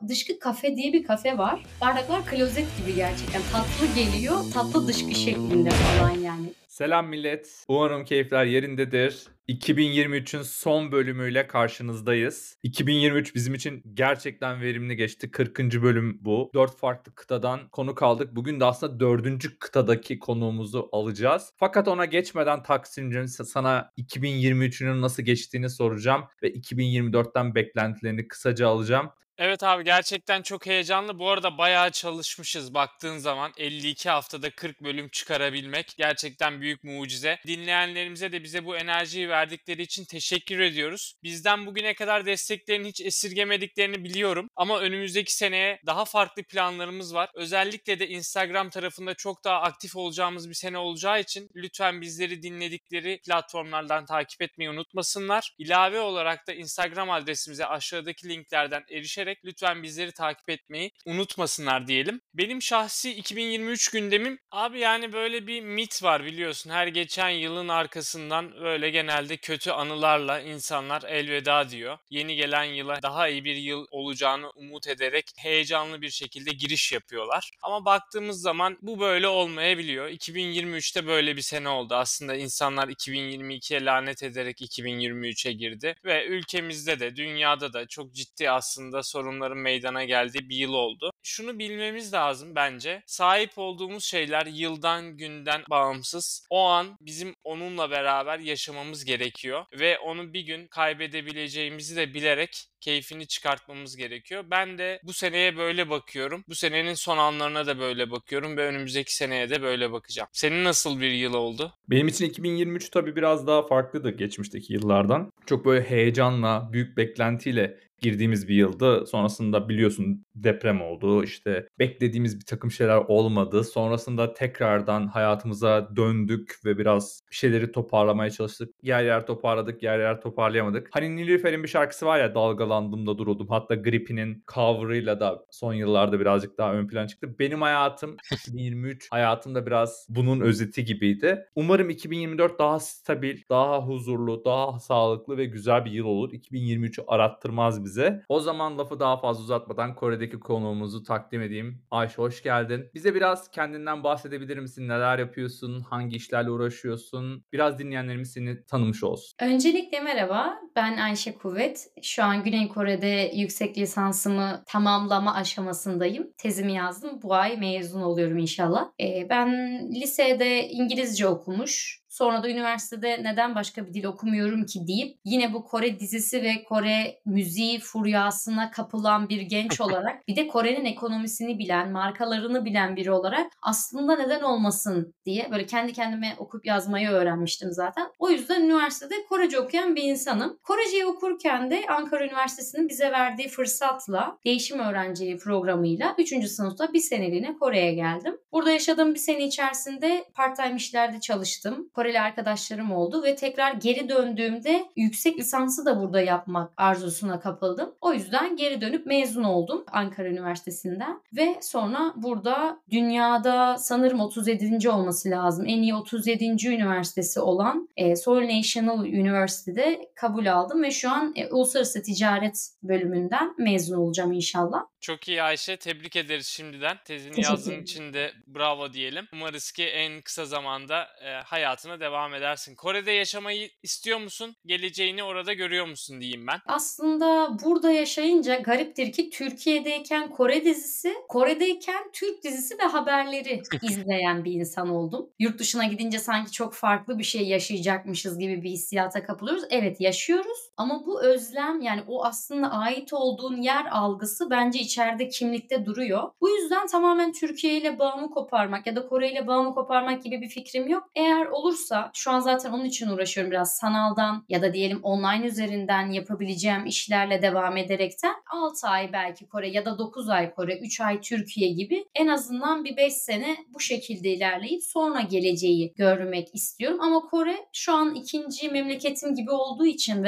Dışkı Kafe diye bir kafe var. Bardaklar klozet gibi gerçekten. Tatlı geliyor, tatlı dışkı şeklinde falan yani. Selam millet. Umarım keyifler yerindedir. 2023'ün son bölümüyle karşınızdayız. 2023 bizim için gerçekten verimli geçti. 40. bölüm bu. 4 farklı kıtadan konuk aldık. Bugün de aslında 4. kıtadaki konuğumuzu alacağız. Fakat ona geçmeden Taksimciğim sana 2023'ünün nasıl geçtiğini soracağım ve 2024'ten beklentilerini kısaca alacağım. Evet abi gerçekten çok heyecanlı. Bu arada bayağı çalışmışız baktığın zaman 52 haftada 40 bölüm çıkarabilmek gerçekten büyük mucize. Dinleyenlerimize de bize bu enerjiyi verdikleri için teşekkür ediyoruz. Bizden bugüne kadar desteklerini hiç esirgemediklerini biliyorum ama önümüzdeki seneye daha farklı planlarımız var. Özellikle de Instagram tarafında çok daha aktif olacağımız bir sene olacağı için lütfen bizleri dinledikleri platformlardan takip etmeyi unutmasınlar. İlave olarak da Instagram adresimize aşağıdaki linklerden erişerek lütfen bizleri takip etmeyi unutmasınlar diyelim. Benim şahsi 2023 gündemim abi yani böyle bir mit var biliyorsun. Her geçen yılın arkasından böyle genelde kötü anılarla insanlar elveda diyor. Yeni gelen yıla daha iyi bir yıl olacağını umut ederek heyecanlı bir şekilde giriş yapıyorlar. Ama baktığımız zaman bu böyle olmayabiliyor. 2023'te böyle bir sene oldu. Aslında insanlar 2022'ye lanet ederek 2023'e girdi ve ülkemizde de dünyada da çok ciddi aslında sorunların meydana geldiği bir yıl oldu. Şunu bilmemiz lazım bence. Sahip olduğumuz şeyler yıldan günden bağımsız. O an bizim onunla beraber yaşamamız gerekiyor ve onu bir gün kaybedebileceğimizi de bilerek keyfini çıkartmamız gerekiyor. Ben de bu seneye böyle bakıyorum. Bu senenin son anlarına da böyle bakıyorum ve önümüzdeki seneye de böyle bakacağım. Senin nasıl bir yıl oldu? Benim için 2023 tabii biraz daha farklıdır geçmişteki yıllardan. Çok böyle heyecanla, büyük beklentiyle girdiğimiz bir yıldı. Sonrasında biliyorsun deprem oldu. İşte beklediğimiz bir takım şeyler olmadı. Sonrasında tekrardan hayatımıza döndük ve biraz bir şeyleri toparlamaya çalıştık. Yer yer toparladık, yer yer toparlayamadık. Hani Nilüfer'in bir şarkısı var ya, dalgalandım da duruldum. Hatta Grippi'nin cover'ıyla da son yıllarda birazcık daha ön plana çıktı. Benim hayatım 2023 hayatımda biraz bunun özeti gibiydi. Umarım 2024 daha stabil, daha huzurlu, daha sağlıklı ve güzel bir yıl olur. 2023'ü arattırmaz bize. O zaman lafı daha fazla uzatmadan Kore'deki konuğumuzu takdim edeyim. Ayşe, hoş geldin. Bize biraz kendinden bahsedebilir misin? Neler yapıyorsun? Hangi işlerle uğraşıyorsun? Biraz dinleyenlerimiz seni tanımış olsun. Öncelikle merhaba, ben Ayşe Kuvvet. Şu an Güney Kore'de yüksek lisansımı tamamlama aşamasındayım. Tezimi yazdım. Bu ay mezun oluyorum inşallah. Ben lisede İngilizce okumuş, sonra da üniversitede neden başka bir dil okumuyorum ki deyip yine bu Kore dizisi ve Kore müziği furyasına kapılan bir genç olarak bir de Kore'nin ekonomisini bilen, markalarını bilen biri olarak aslında neden olmasın diye böyle kendi kendime okuyup yazmayı öğrenmiştim zaten. O yüzden üniversitede Korece okuyan bir insanım. Koreceyi okurken de Ankara Üniversitesi'nin bize verdiği fırsatla değişim öğrenciliği programıyla 3. sınıfta bir seneliğine Kore'ye geldim. Burada yaşadığım bir sene içerisinde part-time işlerde çalıştım. Koreli arkadaşlarım oldu ve tekrar geri döndüğümde yüksek lisansı da burada yapmak arzusuna kapıldım. O yüzden geri dönüp mezun oldum Ankara Üniversitesi'nden ve sonra burada dünyada sanırım 37. olması lazım. En iyi 37. üniversitesi olan Seoul National University'de kabul aldım ve şu an Uluslararası Ticaret bölümünden mezun olacağım inşallah. Çok iyi Ayşe. Tebrik ederiz şimdiden. Tezini Teşekkür yazdığın ederim. için de bravo diyelim. Umarız ki en kısa zamanda hayatına devam edersin. Kore'de yaşamayı istiyor musun? Geleceğini orada görüyor musun diyeyim ben. Aslında burada yaşayınca gariptir ki Türkiye'deyken Kore dizisi, Kore'deyken Türk dizisi ve haberleri izleyen bir insan oldum. Yurt dışına gidince sanki çok farklı bir şey yaşayacakmışız gibi bir hissiyata kapılıyoruz. Evet, yaşıyoruz ama bu özlem, yani o aslında ait olduğun yer algısı bence içeride, kimlikte duruyor. Bu yüzden tamamen Türkiye ile bağımı koparmak ya da Kore ile bağımı koparmak gibi bir fikrim yok. Eğer olursa, şu an zaten onun için uğraşıyorum, biraz sanaldan ya da diyelim online üzerinden yapabileceğim işlerle devam ederekten 6 ay belki Kore ya da 9 ay Kore, 3 ay Türkiye gibi en azından bir 5 sene bu şekilde ilerleyip sonra geleceği görmek istiyorum. Ama Kore şu an ikinci memleketim gibi olduğu için ve daha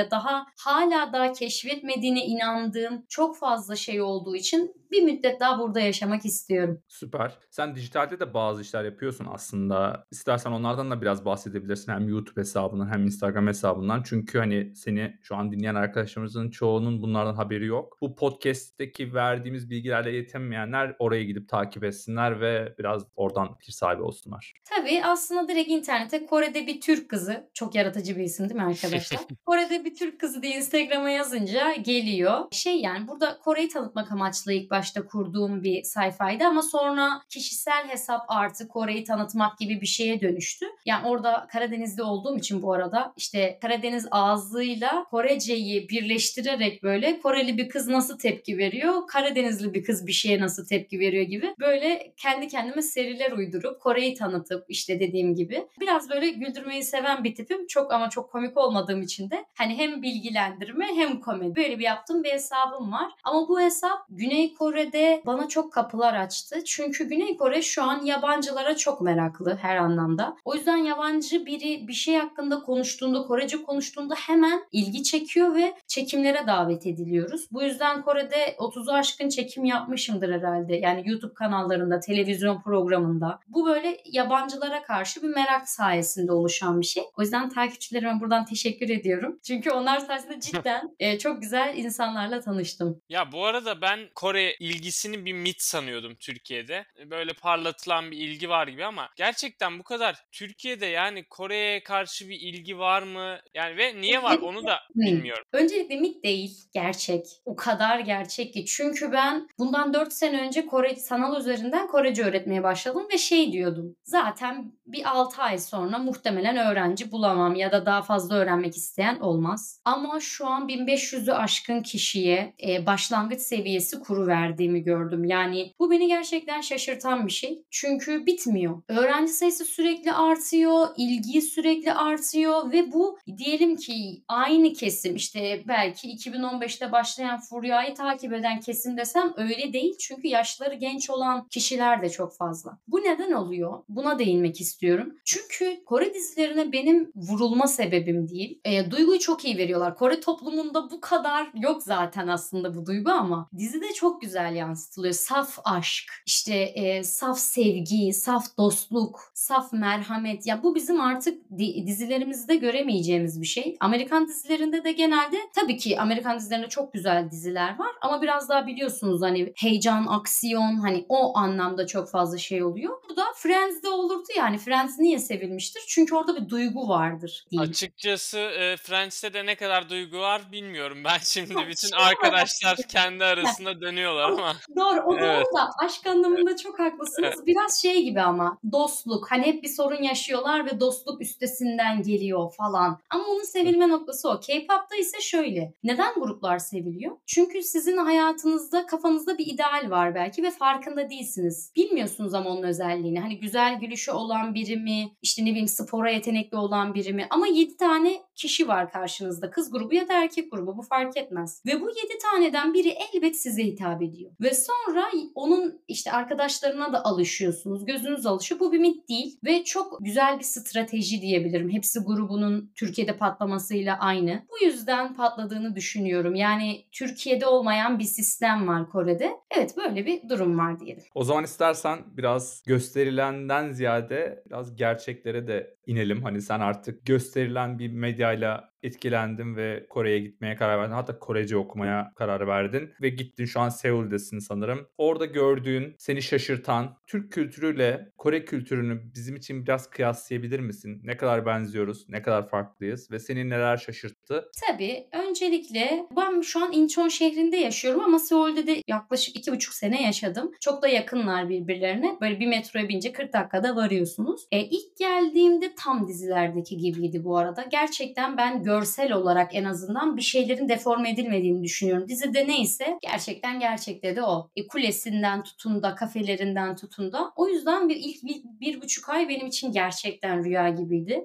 hala daha keşfetmediğine inandığım çok fazla şey olduğu için bir müddet daha burada yaşamak istiyorum. Süper. Sen dijitalde de bazı işler yapıyorsun aslında. İstersen onlardan da biraz bahsedebilirsin. Hem YouTube hesabından hem Instagram hesabından. Çünkü hani seni şu an dinleyen arkadaşlarımızın çoğunun bunlardan haberi yok. Bu podcast'teki verdiğimiz bilgilerle yetinmeyenler oraya gidip takip etsinler ve biraz oradan fikir sahibi olsunlar. Tabii aslında direkt internete Kore'de bir Türk kızı, çok yaratıcı bir isim değil mi arkadaşlar? Kore'de bir Türk kızı diye Instagram'a yazınca geliyor. Yani burada Kore'yi tanıtmak amaçlı ilk başta kurduğum bir sayfaydı ama sonra kişisel hesap artı Kore'yi tanıtmak gibi bir şeye dönüştü. Yani orada Karadeniz'de olduğum için bu arada işte Karadeniz ağzıyla Koreceyi birleştirerek böyle Koreli bir kız nasıl tepki veriyor, Karadenizli bir kız bir şeye nasıl tepki veriyor gibi böyle kendi kendime seriler uydurup Kore'yi tanıtıp işte dediğim gibi biraz böyle güldürmeyi seven bir tipim. Çok ama çok komik olmadığım için de hani hem bilgilendirme hem komedi. Böyle bir yaptığım bir hesabım var. Ama bu hesap Güney Kore'de bana çok kapılar açtı. Çünkü Güney Kore şu an yabancılara çok meraklı her anlamda. O yüzden yabancı biri bir şey hakkında konuştuğunda, Korece konuştuğunda hemen ilgi çekiyor ve çekimlere davet ediliyoruz. Bu yüzden Kore'de 30'u aşkın çekim yapmışımdır herhalde. Yani YouTube kanallarında, televizyon programında. Bu böyle yabancılara karşı bir merak sayesinde oluşan bir şey. O yüzden takipçilerime buradan teşekkür ediyorum. Çünkü onlar sayesinde cidden çok güzel insanlarla tanıştım. Ya bu arada ben Kore ilgisini bir mit sanıyordum Türkiye'de. Böyle parlatılan bir ilgi var gibi ama gerçekten bu kadar Türkiye'de yani Kore'ye karşı bir ilgi var mı? Yani ve niye var onu da bilmiyorum. Öncelikle mit değil, gerçek. O kadar gerçek ki. Çünkü ben bundan 4 sene önce Kore sanal üzerinden Korece öğretmeye başladım ve şey diyordum. Zaten bir 6 ay sonra muhtemelen öğrenci bulamam ya da daha fazla öğrenmek isteyen olmaz. Ama şu an 1500'ü aşkın kişiye başlangıç seviyesi kuru verdiğimi gördüm. Yani bu beni gerçekten şaşırtan bir şey. Çünkü bitmiyor. Öğrenci sayısı sürekli artıyor, ilgi sürekli artıyor ve bu diyelim ki aynı kesim işte belki 2015'te başlayan furyayı takip eden kesim desem öyle değil. Çünkü yaşları genç olan kişiler de çok fazla. Bu neden oluyor? Buna değinmek istiyorum. Çünkü Kore dizilerine benim vurulma sebebim değil. Duyguyu çok iyi veriyorlar. Kore toplumunda bu kadar yok zaten aslında bu duygu ama dizide çok güzel yansıtılıyor. Saf aşk, işte saf sevgi, saf dostluk, saf merhamet. Ya bu bizim artık dizilerimizde göremeyeceğimiz bir şey. Amerikan dizilerinde de genelde tabii ki Amerikan dizilerinde çok güzel diziler var ama biraz daha biliyorsunuz hani heyecan, aksiyon hani o anlamda çok fazla şey oluyor. Bu da Friends'de olurdu yani. Friends niye sevilmiştir? Çünkü orada bir duygu vardır diyeyim. Açıkçası Friends'te de ne kadar duygu var bilmiyorum. Ben şimdi bütün Şey olarak arkadaşlar kendi arasında dönüyorlar ama doğru, o evet. doğru da aşk anlamında çok haklısınız. Biraz şey gibi ama dostluk. Hani hep bir sorun yaşıyorlar ve dostluk üstesinden geliyor falan. Ama onun sevilme noktası o. K-pop'ta ise şöyle. Neden gruplar seviliyor? Çünkü sizin hayatınızda, kafanızda bir ideal var belki ve farkında değilsiniz. Bilmiyorsunuz ama onun özelliğini. Hani güzel gülüşü olan biri mi, işte ne bileyim spora yetenekli olan biri mi? Ama 7 tane kişi var karşınızda. Kız grubu ya da erkek grubu bu fark etmez. Ve bu 7 taneden biri elbet size hitap ediyor. Ve sonra onun işte arkadaşlarına da alışıyorsunuz. Gözünüz alışıyor. Bu bir mit değil. Ve çok güzel bir strateji diyebilirim. Hepsi grubunun Türkiye'de patlamasıyla aynı. Bu yüzden patladığını düşünüyorum. Yani Türkiye'de olmayan bir sistem var Kore'de. Evet böyle bir durum var diyelim. O zaman istersen biraz gösterilenden ziyade biraz gerçeklere de inelim. Hani sen artık gösterilen bir medyayla etkilendin ve Kore'ye gitmeye karar verdin. Hatta Korece okumaya karar verdin ve gittin, şu an Seul'desin sanırım. Orada gördüğün, seni şaşırtan Türk kültürüyle Kore kültürünü bizim için biraz kıyaslayabilir misin? Ne kadar benziyoruz, ne kadar farklıyız ve seni neler şaşırttı? Tabii. Öncelikle ben şu an Incheon şehrinde yaşıyorum ama Seul'de de yaklaşık 2,5 sene yaşadım. Çok da yakınlar birbirlerine. Böyle bir metroya binince 40 dakikada varıyorsunuz. İlk geldiğimde tam dizilerdeki gibiydi bu arada. Gerçekten ben görsel olarak en azından bir şeylerin deforme edilmediğini düşünüyorum. Dizide neyse gerçekten gerçekte de o. Kulesinden tutun da, kafelerinden tutun da. O yüzden ilk 1,5 ay benim için gerçekten rüya gibiydi. Farklı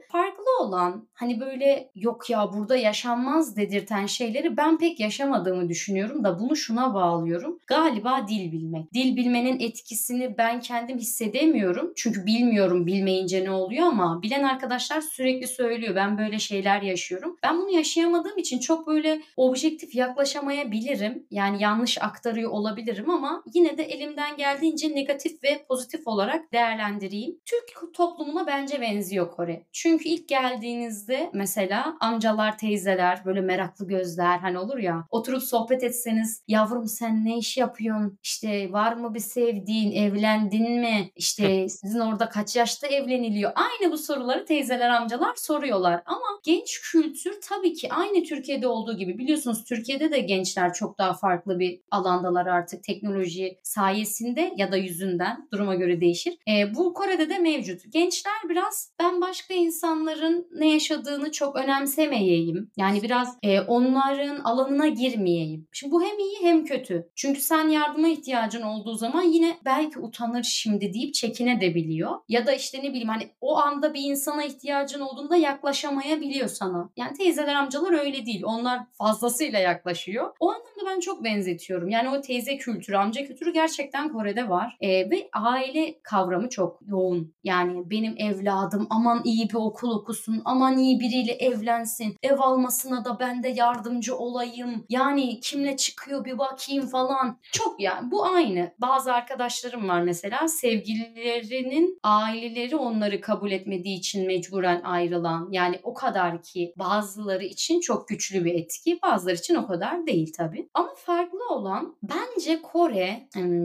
olan, hani böyle yok ya burada yaşanmaz dedirten şeyleri ben pek yaşamadığımı düşünüyorum da bunu şuna bağlıyorum. Galiba dil bilmek. Dil bilmenin etkisini ben kendim hissedemiyorum. Çünkü bilmiyorum bilmeyince ne oluyor ama bilen arkadaşlar sürekli söylüyor. Ben böyle şeyler yaşıyorum. Ben bunu yaşayamadığım için çok böyle objektif yaklaşamayabilirim. Yani yanlış aktarıyor olabilirim ama yine de elimden geldiğince negatif ve pozitif olarak değerlendireyim. Türk toplumuna bence benziyor Kore. Çünkü ilk geldiğinizde mesela amcalar, teyzeler böyle meraklı gözler hani olur ya, oturup sohbet etseniz yavrum sen ne iş yapıyorsun? İşte var mı bir sevdiğin? Evlendin mi? İşte sizin orada kaç yaşta evleniliyor? Aynı bu soruları teyzeler, amcalar soruyorlar. Ama genç kültür tabii ki aynı Türkiye'de olduğu gibi, biliyorsunuz Türkiye'de de gençler çok daha farklı bir alandalar artık teknoloji sayesinde ya da yüzünden, duruma göre değişir. Bu Kore'de de mevcut. Gençler biraz ben başka insanların ne yaşadığını çok önemsemeyeyim. Yani biraz onların alanına girmeyeyim. Şimdi bu hem iyi hem kötü. Çünkü sen yardıma ihtiyacın olduğu zaman yine belki utanır şimdi deyip çekinebiliyor. Ya da işte ne bileyim hani o anda bir insana ihtiyacın olduğunda yaklaşamayabiliyor sana. Yani teyzeler, amcalar öyle değil. Onlar fazlasıyla yaklaşıyor. O anlamda ben çok benzetiyorum. Yani o teyze kültürü, amca kültürü gerçekten Kore'de var. Ve aile kavramı çok yoğun. Yani benim evladım aman iyi bir okul okusun, aman iyi biriyle evlensin, ev almasına da ben de yardımcı olayım. Yani kimle çıkıyor bir bakayım falan. Çok yani bu aynı. Bazı arkadaşlarım var mesela, sevgililerinin aileleri onları kabul etmediği için mecburen ayrılan. Yani o kadar ki bazıları için çok güçlü bir etki, bazıları için o kadar değil tabii. Ama farklı olan bence Kore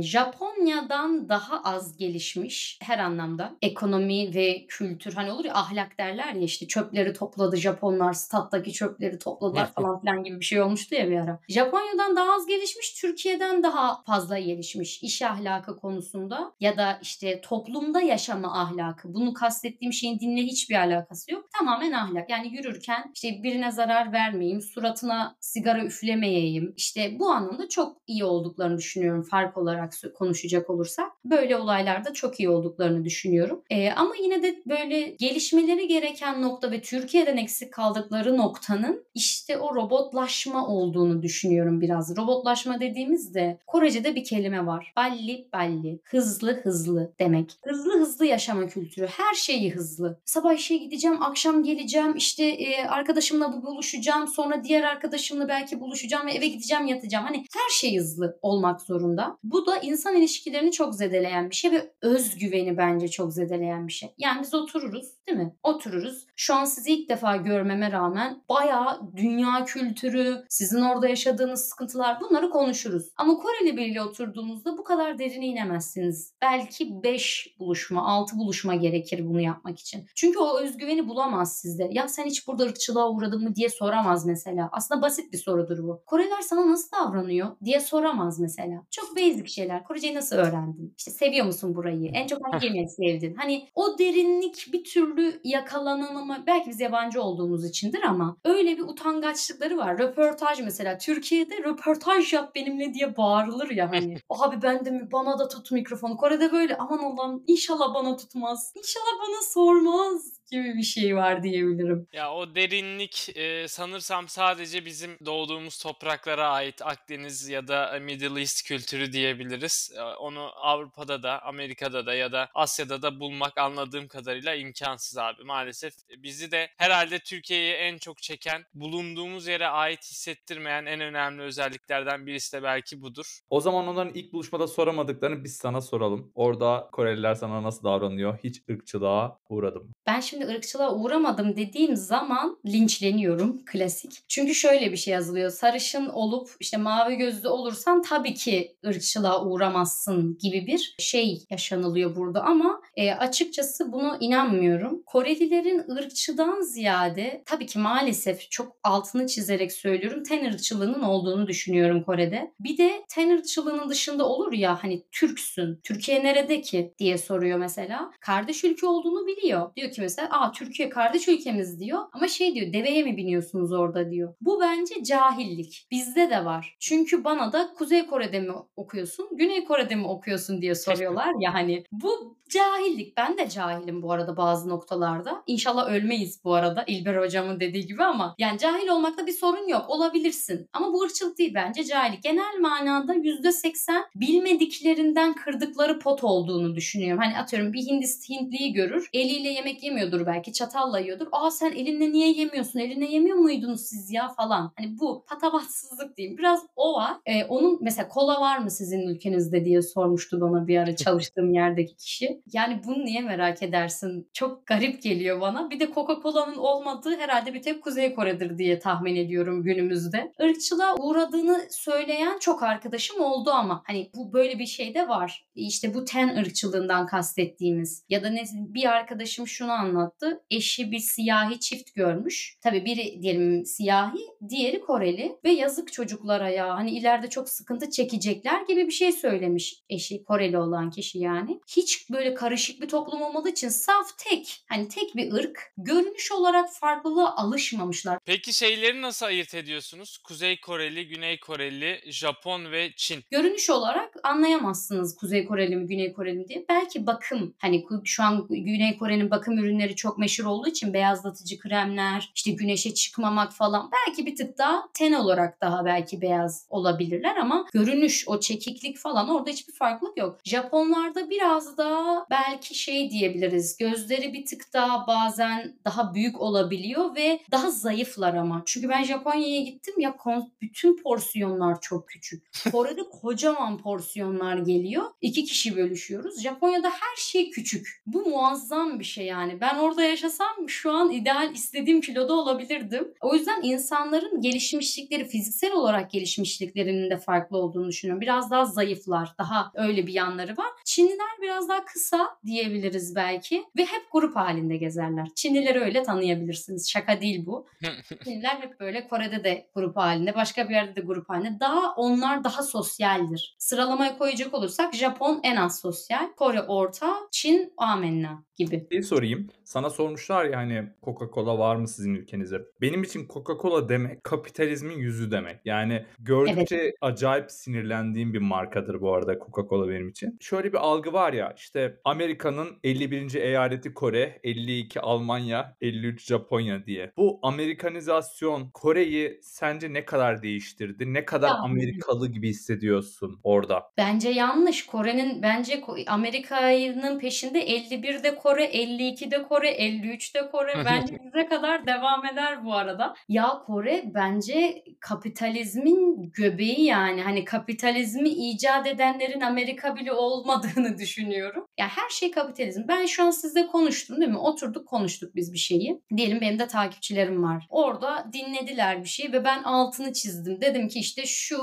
Japonya'dan daha az gelişmiş her anlamda. Ekonomi ve kültür, hani olur ya ahlak derler ya, işte çöpleri topladı Japonlar, stat'taki çöpleri topladılar falan filan gibi bir şey olmuştu ya bir ara. Japonya'dan daha az gelişmiş, Türkiye'den daha fazla gelişmiş iş ahlakı konusunda ya da işte toplumda yaşama ahlakı. Bunu kastettiğim şeyin dinle hiçbir alakası yok. Tamamen ahlak. Yani yürürken işte birine zarar vermeyeyim, suratına sigara üflemeyeyim. İşte bu anlamda çok iyi olduklarını düşünüyorum, fark olarak konuşacak olursak. Böyle olaylarda çok iyi olduklarını düşünüyorum. Ama yine de böyle gelişmeleri gereken nokta ve Türkiye'den eksik kaldıkları noktanın işte o robotlaşma olduğunu düşünüyorum biraz. Robotlaşma dediğimizde Korece'de bir kelime var. Balli balli. Hızlı hızlı demek. Hızlı hızlı yaşama kültürü. Her şeyi hızlı. Sabah işe gideceğim, akşam geleceğim, işte arkadaşımla buluşacağım, sonra diğer arkadaşımla belki buluşacağım ve eve gideceğim, yatacağım. Hani her şey hızlı olmak zorunda. Bu da insan ilişkilerini çok zedeleyen bir şey ve özgüveni bence çok zedeleyen bir şey. Yani biz otururuz, değil mi? Otururuz. Şu an sizi ilk defa görmeme rağmen bayağı dünya kültürü, sizin orada yaşadığınız sıkıntılar, bunları konuşuruz. Ama Koreli biriyle oturduğunuzda bu kadar derine inemezsiniz. Belki 5 buluşma, 6 buluşma gerekir bunu yapmak için. Çünkü o özgüveni bulamaz sizde. Ya sen hiç burada ırkçılığa uğradın mı diye soramaz mesela. Aslında basit bir sorudur bu. Koreliler sana nasıl davranıyor diye soramaz mesela. Çok basic şeyler. Koreceyi nasıl öğrendin? İşte seviyor musun burayı? En çok hangi yemeği sevdin? Hani o derinlik bir türlü yakalanamama, belki biz yabancı olduğumuz içindir ama öyle bir utangaçlıkları var. Röportaj mesela. Türkiye'de röportaj yap benimle diye bağırılır ya hani. Abi ben de mi, bana da tut mikrofonu. Kore'de böyle aman Allah'ım inşallah bana tutmaz. İnşallah bana sormaz gibi bir şey var diyebilirim. Ya o derinlik sanırsam sadece bizim doğduğumuz topraklara ait Akdeniz ya da Middle East kültürü diyebiliriz. Onu Avrupa'da da, Amerika'da da ya da Asya'da da bulmak anladığım kadarıyla imkansız abi. Maalesef bizi de herhalde Türkiye'ye en çok çeken, bulunduğumuz yere ait hissettirmeyen en önemli özelliklerden birisi de belki budur. O zaman onların ilk buluşmada soramadıklarını biz sana soralım. Orada Koreliler sana nasıl davranıyor? Hiç ırkçılığa uğradı mı? Ben şimdi ırkçılığa uğramadım dediğim zaman linçleniyorum, klasik. Çünkü şöyle bir şey yazılıyor. Sarışın olup işte mavi gözlü olursan tabii ki ırkçılığa uğramazsın gibi bir şey yaşanılıyor burada ama açıkçası buna inanmıyorum. Korelilerin ırkçıdan ziyade, tabii ki maalesef çok altını çizerek söylüyorum, ten ırkçılığının olduğunu düşünüyorum Kore'de. Bir de ten ırkçılığının dışında olur ya hani Türksün, Türkiye nerede ki diye soruyor mesela. Kardeş ülke olduğunu biliyor. Diyor ki mesela Türkiye kardeş ülkemiz diyor ama şey diyor, deveye mi biniyorsunuz orada diyor. Bu bence cahillik. Bizde de var. Çünkü bana da Kuzey Kore'de mi okuyorsun, Güney Kore'de mi okuyorsun diye diye soruyorlar ya hani. Bu cahillik. Ben de cahilim bu arada bazı noktalarda. İnşallah ölmeyiz bu arada İlber hocamın dediği gibi ama yani cahil olmakta bir sorun yok. Olabilirsin. Ama bu ırkçılık değil bence cahillik. Genel manada %80 bilmediklerinden kırdıkları pot olduğunu düşünüyorum. Hani atıyorum bir Hintliyi görür. Eliyle yemek yemiyordur belki. Çatalla yiyordur. Aa sen elinle niye yemiyorsun? Elinle yemiyor muydunuz siz ya falan. Hani bu patavatsızlık diyeyim. Biraz o var. Onun mesela kola var mı sizin ülkenizde diye sormuştu bana bir ara çalıştığım yerdeki kişi. Yani bunu niye merak edersin? Çok garip geliyor bana. Bir de Coca-Cola'nın olmadığı herhalde bir tek Kuzey Kore'dir diye tahmin ediyorum günümüzde. Irkçılığa uğradığını söyleyen çok arkadaşım oldu ama hani bu böyle bir şey de var. İşte bu ten ırkçılığından kastettiğimiz ya da bir arkadaşım şunu anlattı. Eşi bir siyahi çift görmüş. Tabii biri diyelim siyahi, diğeri Koreli ve yazık çocuklara ya hani ileride çok sıkıntı çekecekler gibi bir şey söylemiş eşi Koreli olan kişi yani. Hiç böyle karışık bir toplum olmadığı için saf tek bir ırk görünüş olarak farklılığa alışmamışlar. Peki şeyleri nasıl ayırt ediyorsunuz? Kuzey Koreli, Güney Koreli, Japon ve Çin. Görünüş olarak anlayamazsınız Kuzey Koreli mi, Güney Koreli mi diye. Belki bakım hani şu an Güney Kore'nin bakım ürünleri çok meşhur olduğu için beyazlatıcı kremler, işte güneşe çıkmamak falan belki bir tık daha ten olarak daha belki beyaz olabilirler ama görünüş, o çekiklik falan orada hiçbir farklılık yok. Japonlarda biraz daha belki şey diyebiliriz. Gözleri bir tık daha bazen daha büyük olabiliyor ve daha zayıflar ama. Çünkü ben Japonya'ya gittim ya bütün porsiyonlar çok küçük. Kore'de kocaman porsiyonlar geliyor. 2 kişi bölüşüyoruz. Japonya'da her şey küçük. Bu muazzam bir şey yani. Ben orada yaşasam şu an ideal istediğim kiloda olabilirdim. O yüzden insanların gelişmişlikleri, fiziksel olarak gelişmişliklerinin de farklı olduğunu düşünüyorum. Biraz daha zayıflar. Daha öyle bir yanları var. Çinliler biraz daha kısa diyebiliriz belki. Ve hep grup halinde gezerler. Çinlileri öyle tanıyabilirsiniz. Şaka değil bu. Çinliler hep böyle Kore'de de grup halinde, başka bir yerde de grup halinde. Onlar daha sosyaldir. Sıralamaya koyacak olursak Japon en az sosyal, Kore orta, Çin amenna gibi. Bir sorayım. Sana sormuşlar ya hani Coca-Cola var mı sizin ülkenizde? Benim için Coca-Cola demek kapitalizmin yüzü demek. Yani Evet. gördükçe acayip sinirlendiğim bir markadır bu arada Coca-Cola benim için. Şöyle bir algı var ya işte Amerika'nın 51. eyaleti Kore, 52 Almanya, 53 Japonya diye. Bu Amerikanizasyon Kore'yi sence ne kadar değiştirdi? Ne kadar Ya, Amerikalı gibi hissediyorsun orada? bence yanlış. Bence Amerika'nın peşinde 51'de Kore, 52'de Kore, 53'te Kore. Bence bize kadar devam eder bu arada. Ya Kore bence kapitalizmin göbeği yani. Hani kapitalizmi icat edenlerin Amerika bile olmadığını düşünüyorum. Ya her şey kapitalizm. Ben şu an sizle konuştum değil mi? Oturduk konuştuk biz bir şeyi. Diyelim benim de takipçilerim var. Orada dinlediler bir şeyi ve ben altını çizdim. Dedim ki işte şu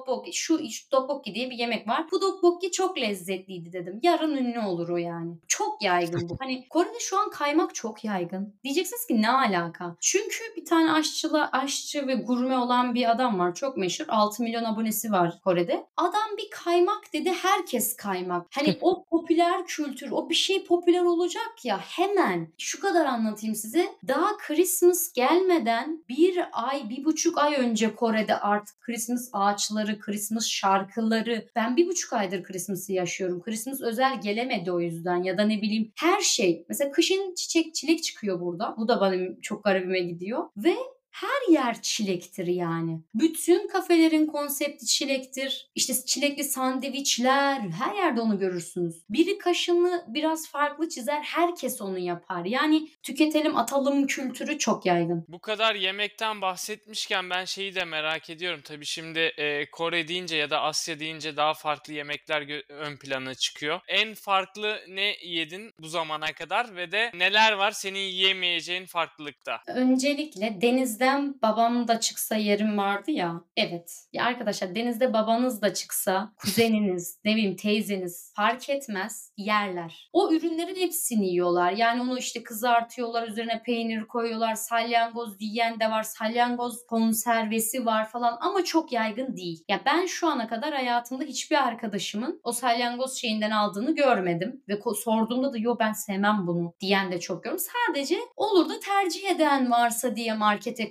dokboki diye bir yemek var. Bu dokboki çok lezzetliydi dedim. Yarın ünlü olur o yani. Çok yaygın bu. Hani Kore'de şu an kaymak çok yaygın. Diyeceksiniz ki ne alaka? Çünkü bir tane aşçı ve gurme olan bir adam var. Çok meşhur. 6 milyon abonesi var Kore'de. Adam bir kaymak dedi. Herkes kaymak. Hani o popüler kültür, o bir şey popüler olacak ya hemen. Şu kadar anlatayım size. Daha Christmas gelmeden 1,5 ay önce Kore'de artık Christmas ağaçları, Christmas şarkıları. Ben 1,5 aydır Christmas'ı yaşıyorum. Christmas özel gelemedi o yüzden ya da ne bileyim her şey. Mesela kışın çilek çıkıyor burada. Bu da benim çok garibime gidiyor. Ve her yer çilektir yani. Bütün kafelerin konsepti çilektir. İşte çilekli sandviçler, her yerde onu görürsünüz. Biri kaşını biraz farklı çizer, herkes onu yapar. Yani tüketelim, atalım kültürü çok yaygın. Bu kadar yemekten bahsetmişken ben şeyi de merak ediyorum. Tabii şimdi Kore deyince ya da Asya deyince daha farklı yemekler ön plana çıkıyor. En farklı ne yedin bu zamana kadar ve de neler var senin yiyemeyeceğin farklılıkta? Öncelikle denizden babam da çıksa yerim vardı ya. Evet. Ya arkadaşlar denizde babanız da çıksa, kuzeniniz, ne bileyim teyzeniz fark etmez yerler. O ürünlerin hepsini yiyorlar. Yani onu işte kızartıyorlar, üzerine peynir koyuyorlar. Salyangoz yiyen de var. Salyangoz konservesi var falan ama çok yaygın değil. Ya ben şu ana kadar hayatımda hiçbir arkadaşımın o salyangoz şeyinden aldığını görmedim. Ve sorduğumda da yo ben sevmem bunu diyen de çok gördüm. Sadece olur da tercih eden varsa diye markete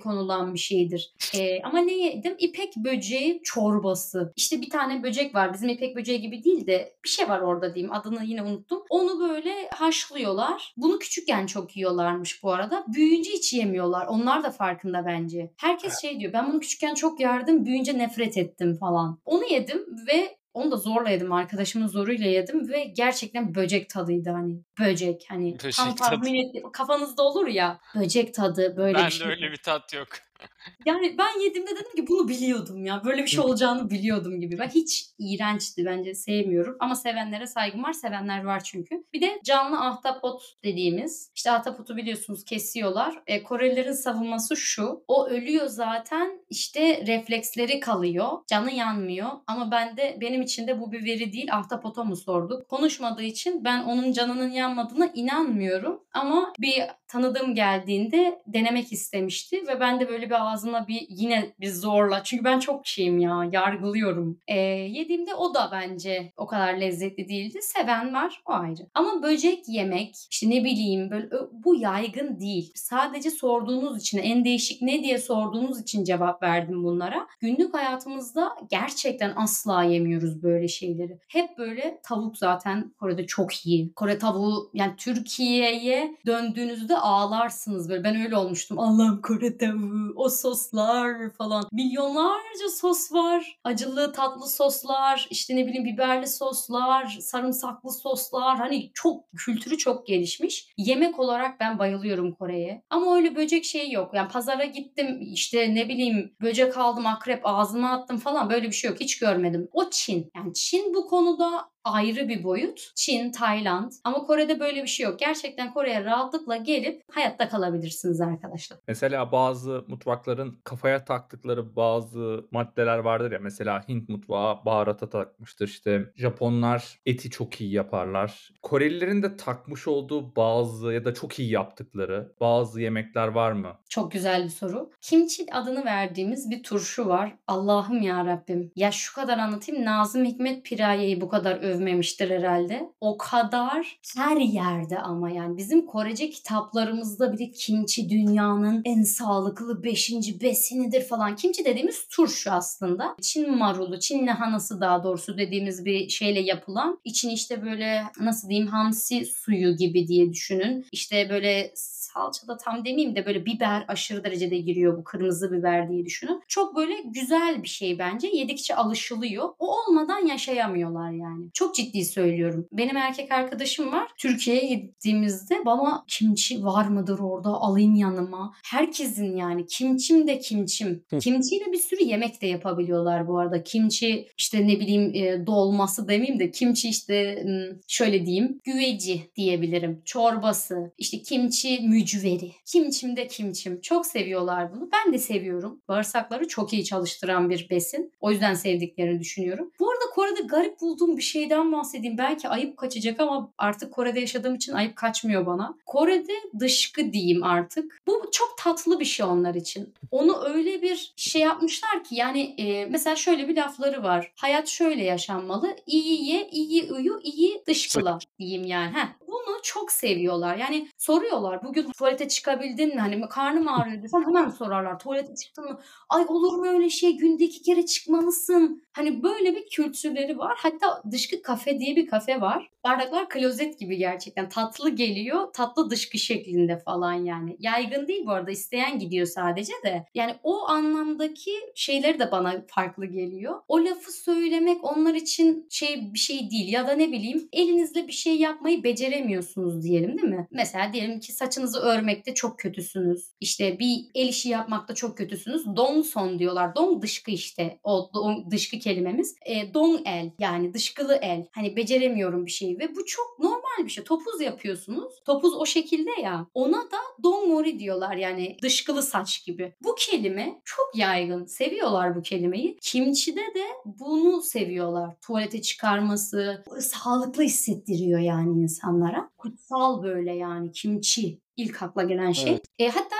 konulan bir şeydir. Ama ne yedim? İpek böceği çorbası. İşte bir tane böcek var. Bizim ipek böceği gibi değil de bir şey var orada diyeyim. Adını yine unuttum. Onu böyle haşlıyorlar. Bunu küçükken çok yiyorlarmış bu arada. Büyüyünce hiç yemiyorlar. Onlar da farkında bence. Herkes şey diyor. Ben bunu küçükken çok yerdim. Büyüyünce nefret ettim falan. Onu yedim ve onu da zorla yedim. Arkadaşımın zoruyla yedim ve gerçekten böcek tadıydı hani. Böcek hani tam Böcek tadı. tahmin ettim. Kafanızda olur ya böcek tadı böyle bir Bende şey. öyle bir tat yok. Yani ben yediğimde dedim ki bunu biliyordum ya. Böyle bir şey olacağını biliyordum gibi. Ben hiç iğrençti bence sevmiyorum. Ama sevenlere saygım var. Sevenler var çünkü. Bir de canlı ahtapot dediğimiz. İşte ahtapotu biliyorsunuz kesiyorlar. Korelilerin savunması şu. O ölüyor zaten işte refleksleri kalıyor. Canı yanmıyor. Ama benim için de bu bir veri değil. Ahtapota mı sorduk? Konuşmadığı için ben onun canının yanmadığına inanmıyorum. Ama bir tanıdığım geldiğinde denemek istemişti ve ben de böyle bir ağzıma yine bir zorla, çünkü ben çok şeyim ya, yargılıyorum. Yediğimde o da bence o kadar lezzetli değildi. Seven var, o ayrı. Ama böcek yemek işte ne bileyim böyle bu yaygın değil. Sadece sorduğunuz için, en değişik ne diye sorduğunuz için cevap verdim bunlara. Günlük hayatımızda gerçekten asla yemiyoruz böyle şeyleri. Hep böyle tavuk zaten Kore'de çok iyi. Kore tavuğu yani Türkiye'ye döndüğünüzde ağlarsınız böyle. Ben öyle olmuştum. Allah'ım Kore tavuğu, o soslar falan. Milyonlarca sos var. Acılı tatlı soslar, işte ne bileyim biberli soslar, sarımsaklı soslar. Hani çok kültürü çok gelişmiş. Yemek olarak ben bayılıyorum Kore'ye. Ama öyle böcek şeyi yok. Yani pazara gittim işte ne bileyim böcek aldım, akrep ağzıma attım falan, böyle bir şey yok. Hiç görmedim. O Çin. Yani Çin bu konuda ayrı bir boyut. Çin, Tayland. Ama Kore'de böyle bir şey yok. Gerçekten Kore'ye rahatlıkla gelip hayatta kalabilirsiniz arkadaşlar. Mesela bazı mutfakların kafaya taktıkları bazı maddeler vardır ya. Mesela Hint mutfağı baharata takmıştır. İşte Japonlar eti çok iyi yaparlar. Korelilerin de takmış olduğu bazı ya da çok iyi yaptıkları bazı yemekler var mı? Çok güzel bir soru. Kimchi adını verdiğimiz bir turşu var. Allah'ım ya Rabbim. Ya şu kadar anlatayım. Nazım Hikmet Piraye'yi bu kadar övmemiştir herhalde. O kadar her yerde ama yani bizim Korece kitaplarımızda bile kimchi dünyanın en sağlıklı 5. besinidir falan. Kimchi dediğimiz turşu aslında. Çin marulu, Çin lahanası daha doğrusu dediğimiz bir şeyle yapılan. İçine işte böyle nasıl diyeyim hamsi suyu gibi diye düşünün. İşte böyle salça da tam demeyeyim de böyle biber aşırı derecede giriyor, bu kırmızı biber diye düşünün. Çok böyle güzel bir şey bence. Yedikçe alışılıyor. O olmadan yaşayamıyorlar yani. Çok ciddi söylüyorum. Benim erkek arkadaşım var. Türkiye'ye gittiğimizde bana kimchi var mıdır orada alayım yanıma. Herkesin yani kimçim de kimçim. Kimçiyle bir sürü yemek de yapabiliyorlar bu arada. Kimchi işte ne bileyim dolması demeyeyim de kimchi işte şöyle diyeyim güveci diyebilirim. Çorbası, işte kimchi mücveri. Kimçim de kimçim. Çok seviyorlar bunu. Ben de seviyorum. Bağırsakları çok iyi çalıştıran bir besin. O yüzden sevdiklerini düşünüyorum. Bu arada Kore'de garip bulduğum bir şeyden bahsedeyim. Belki ayıp kaçacak ama artık Kore'de yaşadığım için ayıp kaçmıyor bana. Kore'de dışkı diyeyim artık. Bu çok tatlı bir şey onlar için. Onu öyle bir şey yapmışlar ki yani mesela şöyle bir lafları var. Hayat şöyle yaşanmalı. İyi ye, iyi uyu, iyi dışkıla diyeyim yani. Bunu çok seviyorlar. Yani soruyorlar bugün tuvalete çıkabildin mi? Hani karnım ağrıyor desen hemen sorarlar. Tuvalete çıktın mı? Ay olur mu öyle şey? Günde 2 kere çıkmalısın. Hani böyle bir kültürleri var. Hatta dışkı kafe diye bir kafe var. Bardaklar klozet gibi gerçekten. Tatlı geliyor. Tatlı dışkı şeklinde falan yani. Yaygın değil bu arada. İsteyen gidiyor sadece de. Yani o anlamdaki şeyleri de bana farklı geliyor. O lafı söylemek onlar için bir şey değil. Ya da ne bileyim elinizle bir şey yapmayı beceremiyorsunuz diyelim değil mi? Mesela diyelim ki saçınızı örmekte çok kötüsünüz. İşte bir el işi yapmakta çok kötüsünüz. Dongson diyorlar. Dong dışkı işte. O dışkı kelimemiz. Dong el yani dışkılı el. Hani beceremiyorum bir şeyi ve bu çok normal bir şey. Topuz yapıyorsunuz. Topuz o şekilde ya. Ona da dongmori diyorlar yani dışkılı saç gibi. Bu kelime çok yaygın. Seviyorlar bu kelimeyi. Kimçide de bunu seviyorlar. Tuvalete çıkarması sağlıklı hissettiriyor yani insanlara. Kutsal böyle yani kimçi. İlk akla gelen şey. Evet. Hatta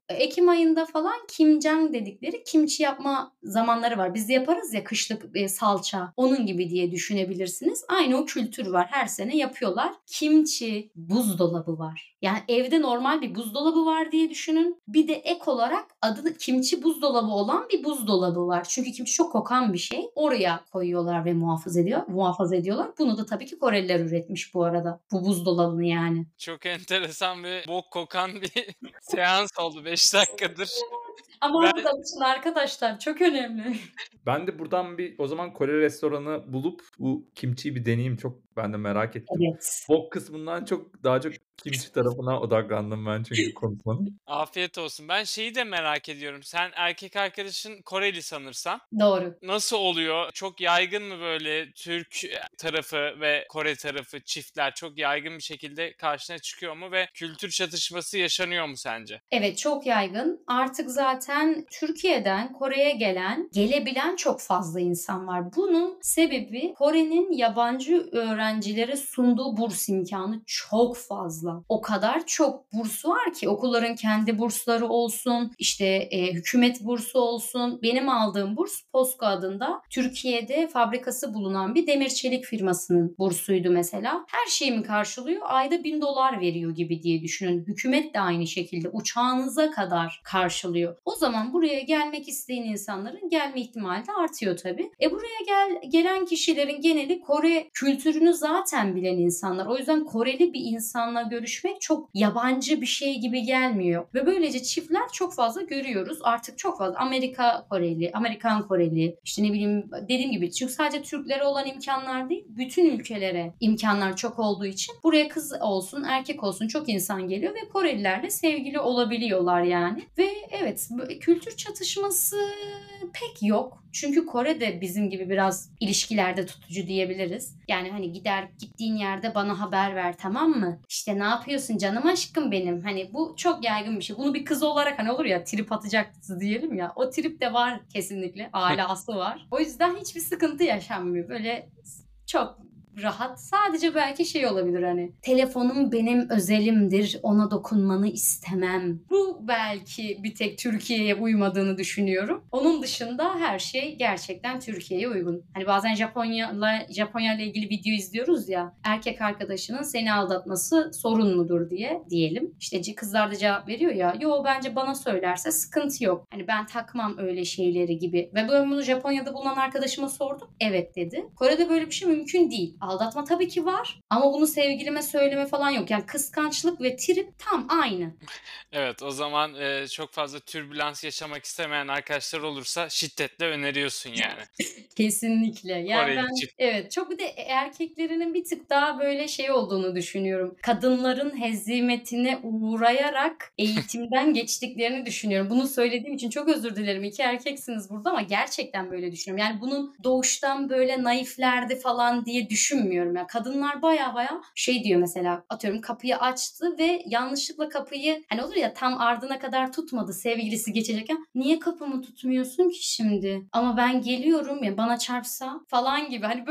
Ekim ayında falan kimcang dedikleri kimçi yapma zamanları var. Biz yaparız ya kışlık salça. Onun gibi diye düşünebilirsiniz. Aynı o kültür var. Her sene yapıyorlar. Kimçi buzdolabı var. Yani evde normal bir buzdolabı var diye düşünün. Bir de ek olarak adı kimçi buzdolabı olan bir buzdolabı var. Çünkü kimçi çok kokan bir şey. Oraya koyuyorlar ve muhafaza ediyorlar. Bunu da tabii ki Koreliler üretmiş bu arada. Bu buzdolabını yani. Çok enteresan ve bok kokan bir seans oldu 5 dakikadır. Ama Ben da alışın arkadaşlar, çok önemli. Ben de buradan bir o zaman Kore restoranı bulup bu kimchiyi bir deneyeyim. Çok ben de merak ettim. Evet. Wok kısmından daha çok kimchi tarafına odaklandım ben çünkü konuşmanın. afiyet olsun. Ben şeyi de merak ediyorum. Sen erkek arkadaşın Koreli sanırsam. Doğru. Nasıl oluyor? Çok yaygın mı böyle Türk tarafı ve Kore tarafı çiftler çok yaygın bir şekilde karşına çıkıyor mu ve kültür çatışması yaşanıyor mu sence? Evet, çok yaygın. Artık zaten Türkiye'den Kore'ye gelebilen çok fazla insan var. Bunun sebebi Kore'nin yabancı öğrencilere sunduğu burs imkanı çok fazla. O kadar çok bursu var ki okulların kendi bursları olsun, işte hükümet bursu olsun. Benim aldığım burs POSCO adında Türkiye'de fabrikası bulunan bir demir çelik firmasının bursuydu mesela. Her şeyimi karşılıyor. Ayda $1000 veriyor gibi diye düşünün. Hükümet de aynı şekilde uçağınıza kadar karşılıyor. O zaman buraya gelmek isteyen insanların gelme ihtimali de artıyor tabii. Buraya gelen kişilerin geneli Kore kültürünü zaten bilen insanlar. O yüzden Koreli bir insanla görüşmek çok yabancı bir şey gibi gelmiyor. Ve böylece çiftler çok fazla görüyoruz. Artık çok fazla Amerikan Koreli, işte ne bileyim dediğim gibi. Çünkü sadece Türklere olan imkanlar değil, bütün ülkelere imkanlar çok olduğu için buraya kız olsun, erkek olsun çok insan geliyor ve Korelilerle sevgili olabiliyorlar yani. Ve evet, kültür çatışması pek yok. Çünkü Kore de bizim gibi biraz ilişkilerde tutucu diyebiliriz. Yani hani gittiğin yerde bana haber ver, tamam mı? İşte ne yapıyorsun canım aşkım benim. Hani bu çok yaygın bir şey. Bunu bir kız olarak hani olur ya trip atacaktı diyelim ya. O trip de var kesinlikle. Alası var. O yüzden hiçbir sıkıntı yaşanmıyor. Böyle çok rahat. Sadece belki şey olabilir hani. Telefonum benim özelimdir. Ona dokunmanı istemem. Bu belki bir tek Türkiye'ye uymadığını düşünüyorum. Onun dışında her şey gerçekten Türkiye'ye uygun. Hani bazen Japonya ile ilgili video izliyoruz ya. Erkek arkadaşının seni aldatması sorun mudur diye diyelim. İşte kızlar da cevap veriyor ya. Yo, bence bana söylerse sıkıntı yok. Hani ben takmam öyle şeyleri gibi. Ve ben bunu Japonya'da bulunan arkadaşıma sordum. Evet dedi. Kore'de böyle bir şey mümkün değil. Aldatma tabii ki var ama bunu sevgilime söyleme falan yok. Yani kıskançlık ve trip tam aynı. Evet, o zaman çok fazla türbülans yaşamak istemeyen arkadaşlar olursa şiddetle öneriyorsun yani. Kesinlikle. Yani Koreli çift. evet, çok bir de erkeklerinin bir tık daha böyle şey olduğunu düşünüyorum. Kadınların hezimetine uğrayarak eğitimden geçtiklerini düşünüyorum. Bunu söylediğim için çok özür dilerim. İki erkeksiniz burada ama gerçekten böyle düşünüyorum. Yani bunun doğuştan böyle naiflerdi falan diye düşünmüyorum. Yani kadınlar baya şey diyor mesela, atıyorum kapıyı açtı ve yanlışlıkla kapıyı hani olur ya tam ardına kadar tutmadı sevgilisi geçecekken. Niye kapımı tutmuyorsun ki şimdi? Ama ben geliyorum ya, bana çarpsa falan gibi. Hani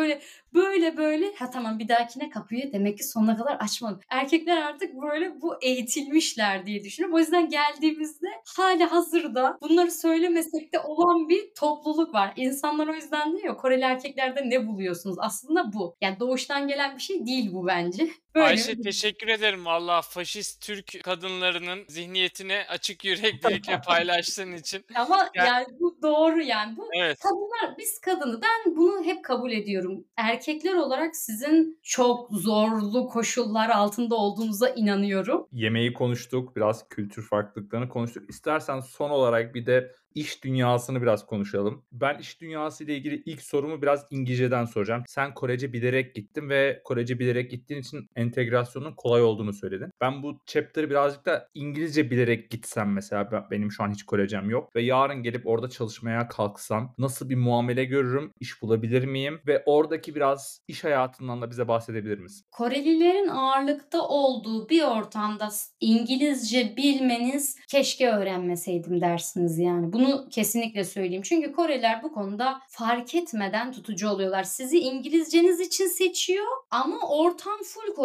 böyle ha tamam, bir dahakine kapıyı demek ki sonuna kadar açmadım. Erkekler artık böyle bu eğitilmişler diye düşünüyorum. O yüzden geldiğimizde hali hazırda bunları söylemesek de olan bir topluluk var. İnsanlar o yüzden diyor Koreli erkeklerde ne buluyorsunuz? Aslında bu. Yani doğuştan gelen bir şey değil bu bence. Böyle Ayşe, teşekkür ederim valla faşist Türk kadınlarının zihniyetini açık yüreklilikle paylaştığın için. ama Ya, yani bu doğru yani. Bu evet. biz kadını, ben bunu hep kabul ediyorum. Erkekler olarak sizin çok zorlu koşullar altında olduğunuza inanıyorum. Yemeği konuştuk, biraz kültür farklılıklarını konuştuk. İstersen son olarak bir de iş dünyasını biraz konuşalım. Ben iş dünyası ile ilgili ilk sorumu biraz İngilizceden soracağım. Sen Korece bilerek gittin ve Korece bilerek gittiğin için entegrasyonun kolay olduğunu söyledin. Ben bu chapter'ı birazcık da İngilizce bilerek gitsem mesela, benim şu an hiç Korecem yok ve yarın gelip orada çalışmaya kalksam nasıl bir muamele görürüm, iş bulabilir miyim ve oradaki biraz iş hayatından da bize bahsedebilir misin? Korelilerin ağırlıkta olduğu bir ortamda İngilizce bilmeniz, keşke öğrenmeseydim dersiniz yani. Bunu kesinlikle söyleyeyim. Çünkü Koreliler bu konuda fark etmeden tutucu oluyorlar. Sizi İngilizceniz için seçiyor ama ortam full Korece.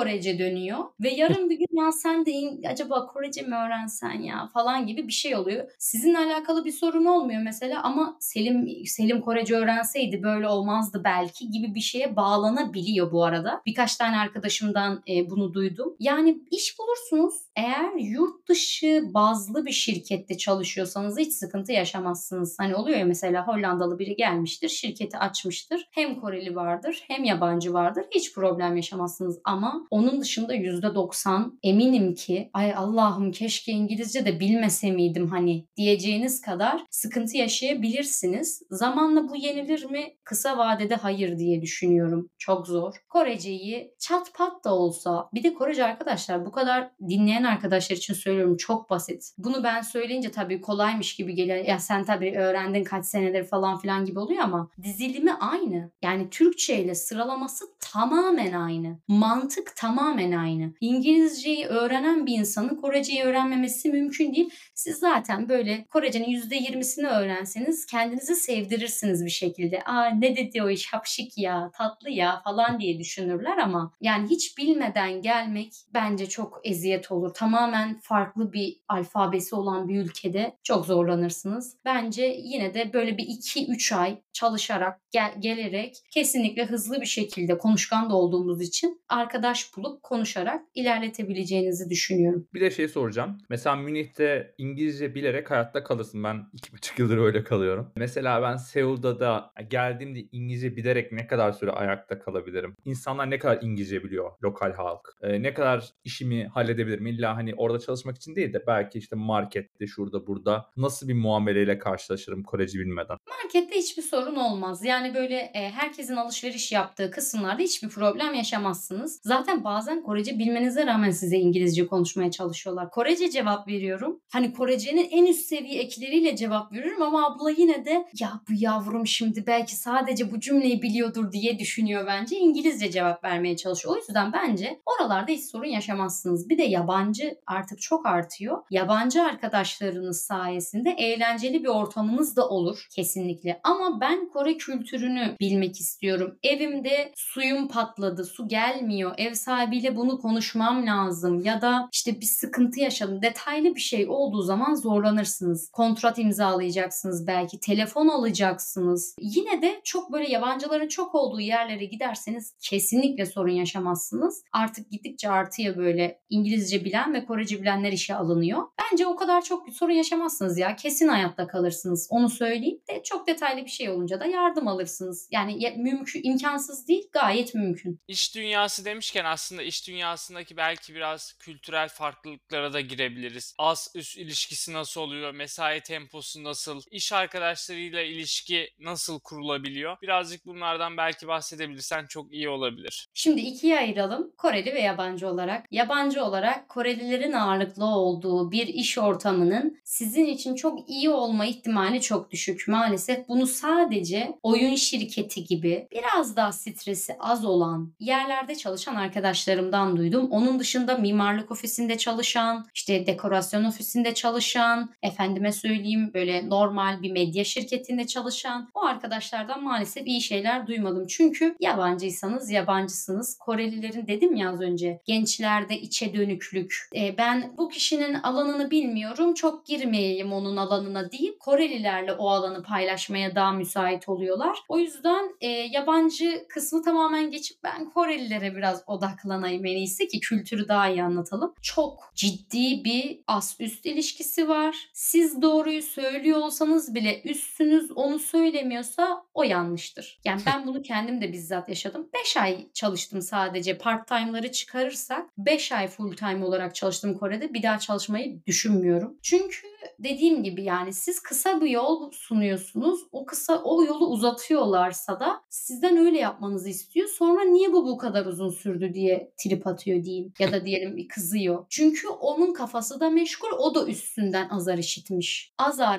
Korece dönüyor ve yarın bir gün ya sen de acaba Korece mi öğrensen ya falan gibi bir şey oluyor. Sizinle alakalı bir sorun olmuyor mesela ama Selim Korece öğrenseydi böyle olmazdı belki gibi bir şeye bağlanabiliyor bu arada. Birkaç tane arkadaşımdan bunu duydum. Yani iş bulursunuz. Eğer yurt dışı bazlı bir şirkette çalışıyorsanız hiç sıkıntı yaşamazsınız. Hani oluyor ya mesela Hollandalı biri gelmiştir, şirketi açmıştır. Hem Koreli vardır hem yabancı vardır. Hiç problem yaşamazsınız ama onun dışında %90 eminim ki ay Allah'ım keşke İngilizce de bilmese miydim hani diyeceğiniz kadar sıkıntı yaşayabilirsiniz. Zamanla bu yenilir mi? Kısa vadede hayır diye düşünüyorum. Çok zor. Koreceyi çat pat da olsa bir de Korece arkadaşlar bu kadar dinleyen arkadaşlar için söylüyorum çok basit. Bunu ben söyleyince tabii kolaymış gibi geliyor. Ya sen tabii öğrendin kaç senedir falan filan gibi oluyor ama dizilimi aynı. Yani Türkçe ile sıralaması tamamen aynı. Mantık tamamen aynı. İngilizceyi öğrenen bir insanın Koreceyi öğrenmemesi mümkün değil. Siz zaten böyle Korecenin %20'sini öğrenseniz kendinizi sevdirirsiniz bir şekilde. Aa ne dedi o iş hapşik ya tatlı ya falan diye düşünürler ama yani hiç bilmeden gelmek bence çok eziyet olur. Tamamen farklı bir alfabesi olan bir ülkede çok zorlanırsınız. Bence yine de böyle bir 2-3 ay çalışarak gelerek kesinlikle hızlı bir şekilde konuşkan da olduğumuz için arkadaş bulup konuşarak ilerletebileceğinizi düşünüyorum. Bir de şey soracağım. Mesela Münih'te İngilizce bilerek hayatta kalırsın. Ben 2,5 yıldır öyle kalıyorum. Mesela ben Seul'da da geldiğimde İngilizce bilerek ne kadar süre ayakta kalabilirim? İnsanlar ne kadar İngilizce biliyor? Lokal halk. Ne kadar işimi halledebilirim? İlla hani orada çalışmak için değil de belki işte markette şurada burada nasıl bir muameleyle karşılaşırım Korece bilmeden? Markette hiçbir sorun olmaz. Yani böyle herkesin alışveriş yaptığı kısımlarda hiçbir problem yaşamazsınız. Zaten bazen Korece bilmenize rağmen size İngilizce konuşmaya çalışıyorlar. Korece cevap veriyorum. Hani Korece'nin en üst seviye ekleriyle cevap veriyorum ama abla yine de ya bu yavrum şimdi belki sadece bu cümleyi biliyordur diye düşünüyor bence. İngilizce cevap vermeye çalışıyor. O yüzden bence oralarda hiç sorun yaşamazsınız. Bir de yabancı artık çok artıyor. Yabancı arkadaşlarınız sayesinde eğlenceli bir ortamınız da olur kesinlikle. Ama ben Kore kültürünü bilmek istiyorum. Evimde suyum patladı, su gelmiyor. Ev sahibiyle bunu konuşmam lazım. Ya da işte bir sıkıntı yaşadım. Detaylı bir şey olduğu zaman zorlanırsınız. Kontrat imzalayacaksınız belki. Telefon alacaksınız. Yine de çok böyle yabancıların çok olduğu yerlere giderseniz kesinlikle sorun yaşamazsınız. Artık gittikçe artıyor böyle İngilizce bilen ve Korece bilenler işe alınıyor. Bence o kadar çok sorun yaşamazsınız ya. Kesin hayatta kalırsınız. Onu söyleyeyim. De çok detaylı bir şey olunca da yardım alırsınız. Yani mümkün, imkansız değil, gayet mümkün. İş dünyası demişken aslında iş dünyasındaki belki biraz kültürel farklılıklara da girebiliriz. Az üst ilişkisi nasıl oluyor? Mesai temposu nasıl? İş arkadaşlarıyla ilişki nasıl kurulabiliyor? Birazcık bunlardan belki bahsedebilirsen çok iyi olabilir. Şimdi ikiye ayıralım. Koreli ve yabancı olarak. Yabancı olarak Korelilerin ağırlıklı olduğu bir iş ortamının sizin için çok iyi olma ihtimali çok düşük. Maalesef bunu sadece oyun şirketi gibi biraz daha stresi az olan yerlerde çalışan arkadaşlarımdan duydum. Onun dışında mimarlık ofisinde çalışan, işte dekorasyon ofisinde çalışan, efendime söyleyeyim böyle normal bir medya şirketinde çalışan o arkadaşlardan maalesef iyi şeyler duymadım. Çünkü yabancıysanız yabancısınız. Korelilerin dedim ya az önce gençlerde içe dönüklük. Ben bu kişinin alanını bilmiyorum çok girmeyeyim onun alanına deyip Korelilerle o alanı paylaşmaya daha müsait oluyorlar. O yüzden yabancı kısmı tamamen geçip ben Korelilere biraz odaklanayım en iyisi ki kültürü daha iyi anlatalım. Çok ciddi bir ast-üst ilişkisi var. Siz doğruyu söylüyor olsanız bile üstünüz onu söylemiyorsa o yanlıştır. Yani ben bunu kendim de bizzat yaşadım. 5 ay çalıştım sadece. Part-time'ları çıkarırsak 5 ay full-time olarak çalıştım Kore'de. Bir daha çalışmayı düşünmüyorum. Çünkü dediğim gibi yani siz kısa bir yol sunuyorsunuz. O yolu uzatıyorlarsa da sizden öyle yapmanızı istiyor. Sonra niye bu kadar uzun sürdü diye trip atıyor diyeyim. Ya da diyelim kızıyor. Çünkü onun kafası da meşgul. O da üstünden azar işitmiş.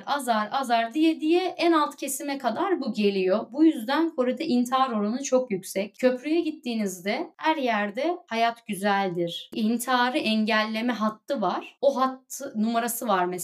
Azar diye en alt kesime kadar bu geliyor. Bu yüzden Kore'de intihar oranı çok yüksek. Köprüye gittiğinizde her yerde hayat güzeldir. İntiharı engelleme hattı var. O hattı numarası var mesela.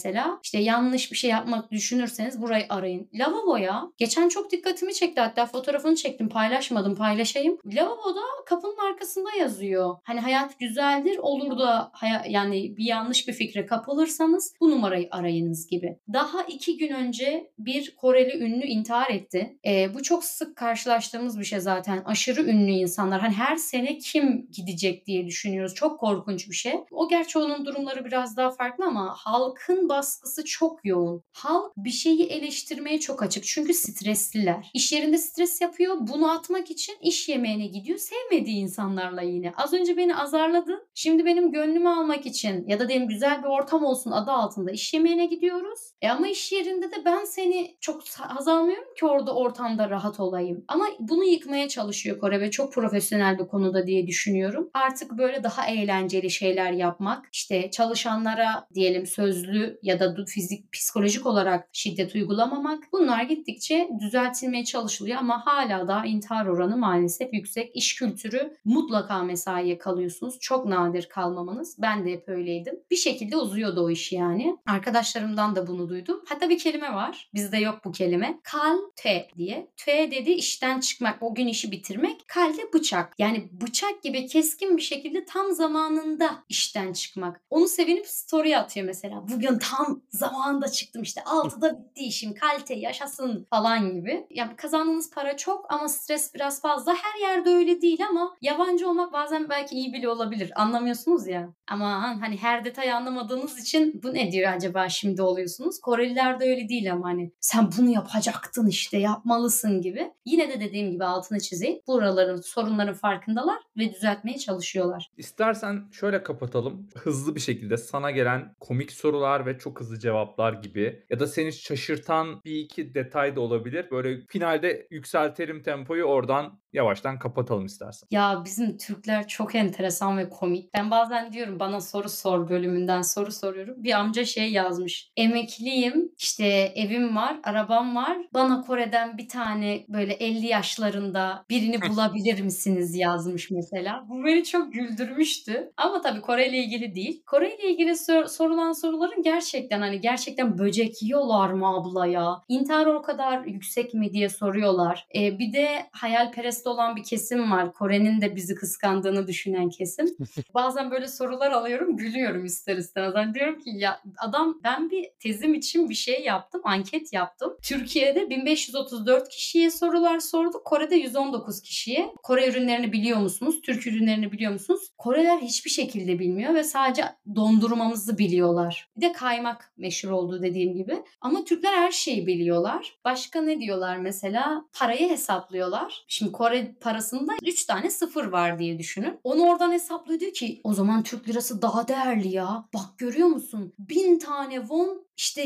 işte yanlış bir şey yapmak düşünürseniz burayı arayın. Lavaboya geçen çok dikkatimi çekti, hatta fotoğrafını çektim, paylaşmadım, paylaşayım. Lavaboda kapının arkasında yazıyor. Hani hayat güzeldir, olur da yani bir yanlış bir fikre kapılırsanız bu numarayı arayınız gibi. Daha 2 gün önce bir Koreli ünlü intihar etti. Bu çok sık karşılaştığımız bir şey zaten. Aşırı ünlü insanlar. Hani her sene kim gidecek diye düşünüyoruz. Çok korkunç bir şey. O gerçi onun durumları biraz daha farklı ama halkın baskısı çok yoğun. Halk bir şeyi eleştirmeye çok açık. Çünkü stresliler. İş yerinde stres yapıyor. Bunu atmak için iş yemeğine gidiyor. Sevmediği insanlarla yine. Az önce beni azarladın. Şimdi benim gönlümü almak için ya da diyelim güzel bir ortam olsun adı altında iş yemeğine gidiyoruz. Ama iş yerinde de ben seni çok haz almıyorum ki orada ortamda rahat olayım. Ama bunu yıkmaya çalışıyor Kore ve çok profesyonel bir konuda diye düşünüyorum. Artık böyle daha eğlenceli şeyler yapmak, işte çalışanlara diyelim sözlü ya da psikolojik olarak şiddet uygulamamak, bunlar gittikçe düzeltilmeye çalışılıyor ama hala da intihar oranı maalesef yüksek. İş kültürü mutlaka mesaiye kalıyorsunuz. Çok nadir kalmamanız. Ben de hep öyleydim. Bir şekilde uzuyordu o iş yani. Arkadaşlarımdan da bunu duydum. Hatta bir kelime var. Bizde yok bu kelime. Kalte diye. Tue dedi işten çıkmak, o gün işi bitirmek. Kalte bıçak. Yani bıçak gibi keskin bir şekilde tam zamanında işten çıkmak. Onu sevinip story atıyor mesela. Bugün tam zamanında çıktım işte 6'da bitti işim. Kalte yaşasın falan gibi. Yani kazandığınız para çok ama stres biraz fazla. Her yerde öyle değil ama yabancı olmak bazen belki iyi bile olabilir. Anlamıyorsunuz ya. Ama hani her detayı anlamadığınız için bu ne diyor acaba şimdi oluyorsunuz. Koreliler de öyle değil ama hani sen bunu yapacaktın işte yapmalısın gibi. Yine de dediğim gibi altını çizeyim. Buraların sorunların farkındalar ve düzeltmeye çalışıyorlar. İstersen şöyle kapatalım. Hızlı bir şekilde sana gelen komik sorular ve çok hızlı cevaplar gibi ya da seni şaşırtan bir iki detay da olabilir. Böyle finalde yükseltelim tempoyu, oradan yavaştan kapatalım istersen. Ya bizim Türkler çok enteresan ve komik. Ben bazen diyorum bana soru sor bölümünden soru soruyorum. Bir amca şey yazmış. Emekliyim, işte evim var, arabam var. Bana Kore'den bir tane böyle 50 yaşlarında birini bulabilir misiniz yazmış mesela. Bu beni çok güldürmüştü. Ama tabii Kore ile ilgili değil. Kore ile ilgili sorulan soruların gerçekten böcek yiyorlar mı abla ya? İntihar o kadar yüksek mi diye soruyorlar. Bir de hayalperest olan bir kesim var. Kore'nin de bizi kıskandığını düşünen kesim. Bazen böyle sorular alıyorum, gülüyorum ister istemez. Hani diyorum ki ya adam, ben bir tezim için bir şey yaptım, anket yaptım. Türkiye'de 1534 kişiye sorular sorduk. Kore'de 119 kişiye. Kore ürünlerini biliyor musunuz? Türk ürünlerini biliyor musunuz? Koreler hiçbir şekilde bilmiyor ve sadece dondurmamızı biliyorlar. Bir de kaymak meşhur oldu dediğim gibi. Ama Türkler her şeyi biliyorlar. Başka ne diyorlar mesela? Parayı hesaplıyorlar. Şimdi Kore parasında 3 tane sıfır var diye düşünün. Onu oradan hesaplıyor, diyor ki o zaman Türk lirası daha değerli ya. Bak görüyor musun? 1000 tane won işte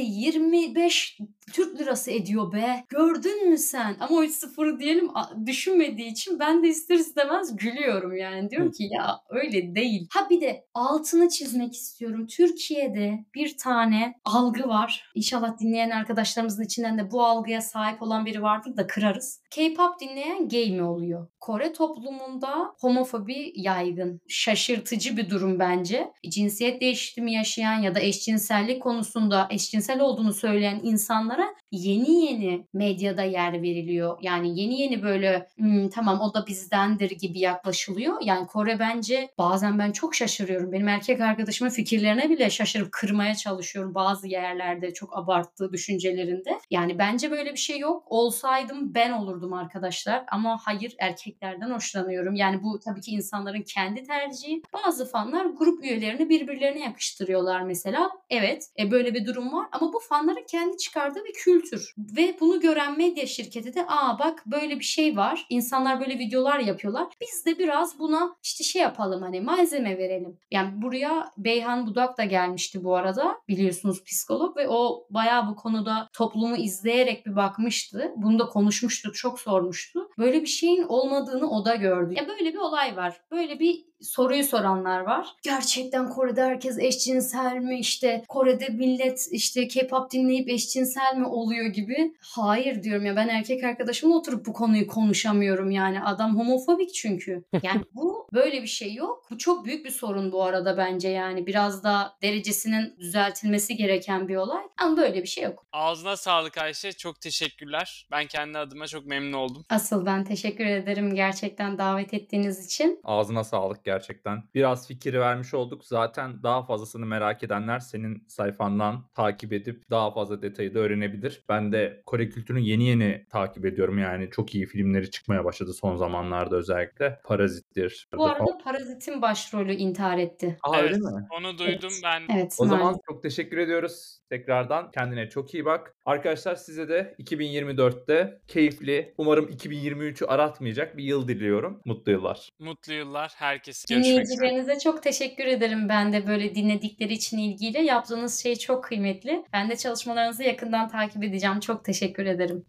25 Türk lirası ediyor be. Gördün mü sen? Ama o hiç sıfır diyelim düşünmediği için ben de ister istemez gülüyorum yani. Diyorum ki ya öyle değil. Ha bir de altını çizmek istiyorum. Türkiye'de bir tane algı var. İnşallah dinleyen arkadaşlarımızın içinden de bu algıya sahip olan biri vardır da kırarız. K-pop dinleyen gay mi oluyor? Kore toplumunda homofobi yaygın. Şaşırtıcı bir durum bence. Cinsiyet değişimi yaşayan ya da eşcinsellik konusunda eşcinsel olduğunu söyleyen insanlara yeni medyada yer veriliyor. Yani yeni böyle tamam o da bizdendir gibi yaklaşılıyor. Yani Kore bence bazen ben çok şaşırıyorum. Benim erkek arkadaşımın fikirlerine bile şaşırıp kırmaya çalışıyorum bazı yerlerde çok abarttığı düşüncelerinde. Yani bence böyle bir şey yok. Olsaydım ben olurdum arkadaşlar. Ama hayır, erkeklerden hoşlanıyorum. Yani bu tabii ki insanların kendi tercihi. Bazı fanlar grup üyelerini birbirlerine yakıştırıyorlar mesela. Evet, böyle bir durum var ama bu fanların kendi çıkardığı bir kültür. Ve bunu gören medya şirketi de bak böyle bir şey var. İnsanlar böyle videolar yapıyorlar. Biz de biraz buna işte şey yapalım, hani malzeme verelim. Yani buraya Beyhan Budak da gelmişti bu arada. Biliyorsunuz psikolog ve o bayağı bu konuda toplumu izleyerek bir bakmıştı. Bunu da konuşmuştuk, çok sormuştu. Böyle bir şeyin olmadığını o da gördü. Ya böyle bir olay var. Böyle bir soruyu soranlar var. Gerçekten Kore'de herkes eşcinsel mi? İşte Kore'de millet işte K-pop dinleyip eşcinsel mi oluyor gibi. Hayır diyorum ya, ben erkek arkadaşımla oturup bu konuyu konuşamıyorum yani. Adam homofobik çünkü. Yani bu böyle bir şey yok. Bu çok büyük bir sorun bu arada bence yani. Biraz da derecesinin düzeltilmesi gereken bir olay. Ama böyle bir şey yok. Ağzına sağlık Ayşe. Çok teşekkürler. Ben kendi adıma çok memnun oldum. Asıl ben teşekkür ederim gerçekten davet ettiğiniz için. Ağzına sağlık gerçekten. Biraz fikir vermiş olduk. Zaten daha fazlasını merak edenler senin sayfandan takip edip daha fazla detayı da öğrenebilir. Ben de Kore kültürünü yeni takip ediyorum. Yani çok iyi filmleri çıkmaya başladı son zamanlarda özellikle. Parazit'tir. Bu arada Parazit'in başrolü intihar etti. Aa, öyle Evet, mi? onu duydum ben. Evet, O zaman maalesef. çok teşekkür ediyoruz tekrardan. Kendine çok iyi bak. Arkadaşlar size de 2024'te keyifli, umarım 2023'ü aratmayacak bir yıl diliyorum. Mutlu yıllar. Mutlu yıllar. Herkese görüşmek üzere. Dinleyicilerinize çok teşekkür ederim. Ben de böyle dinledikleri için ilgiyle. Yaptığınız şey çok kıymetli. Ben de çalışmalarınızı yakından takip edeceğim. Çok teşekkür ederim.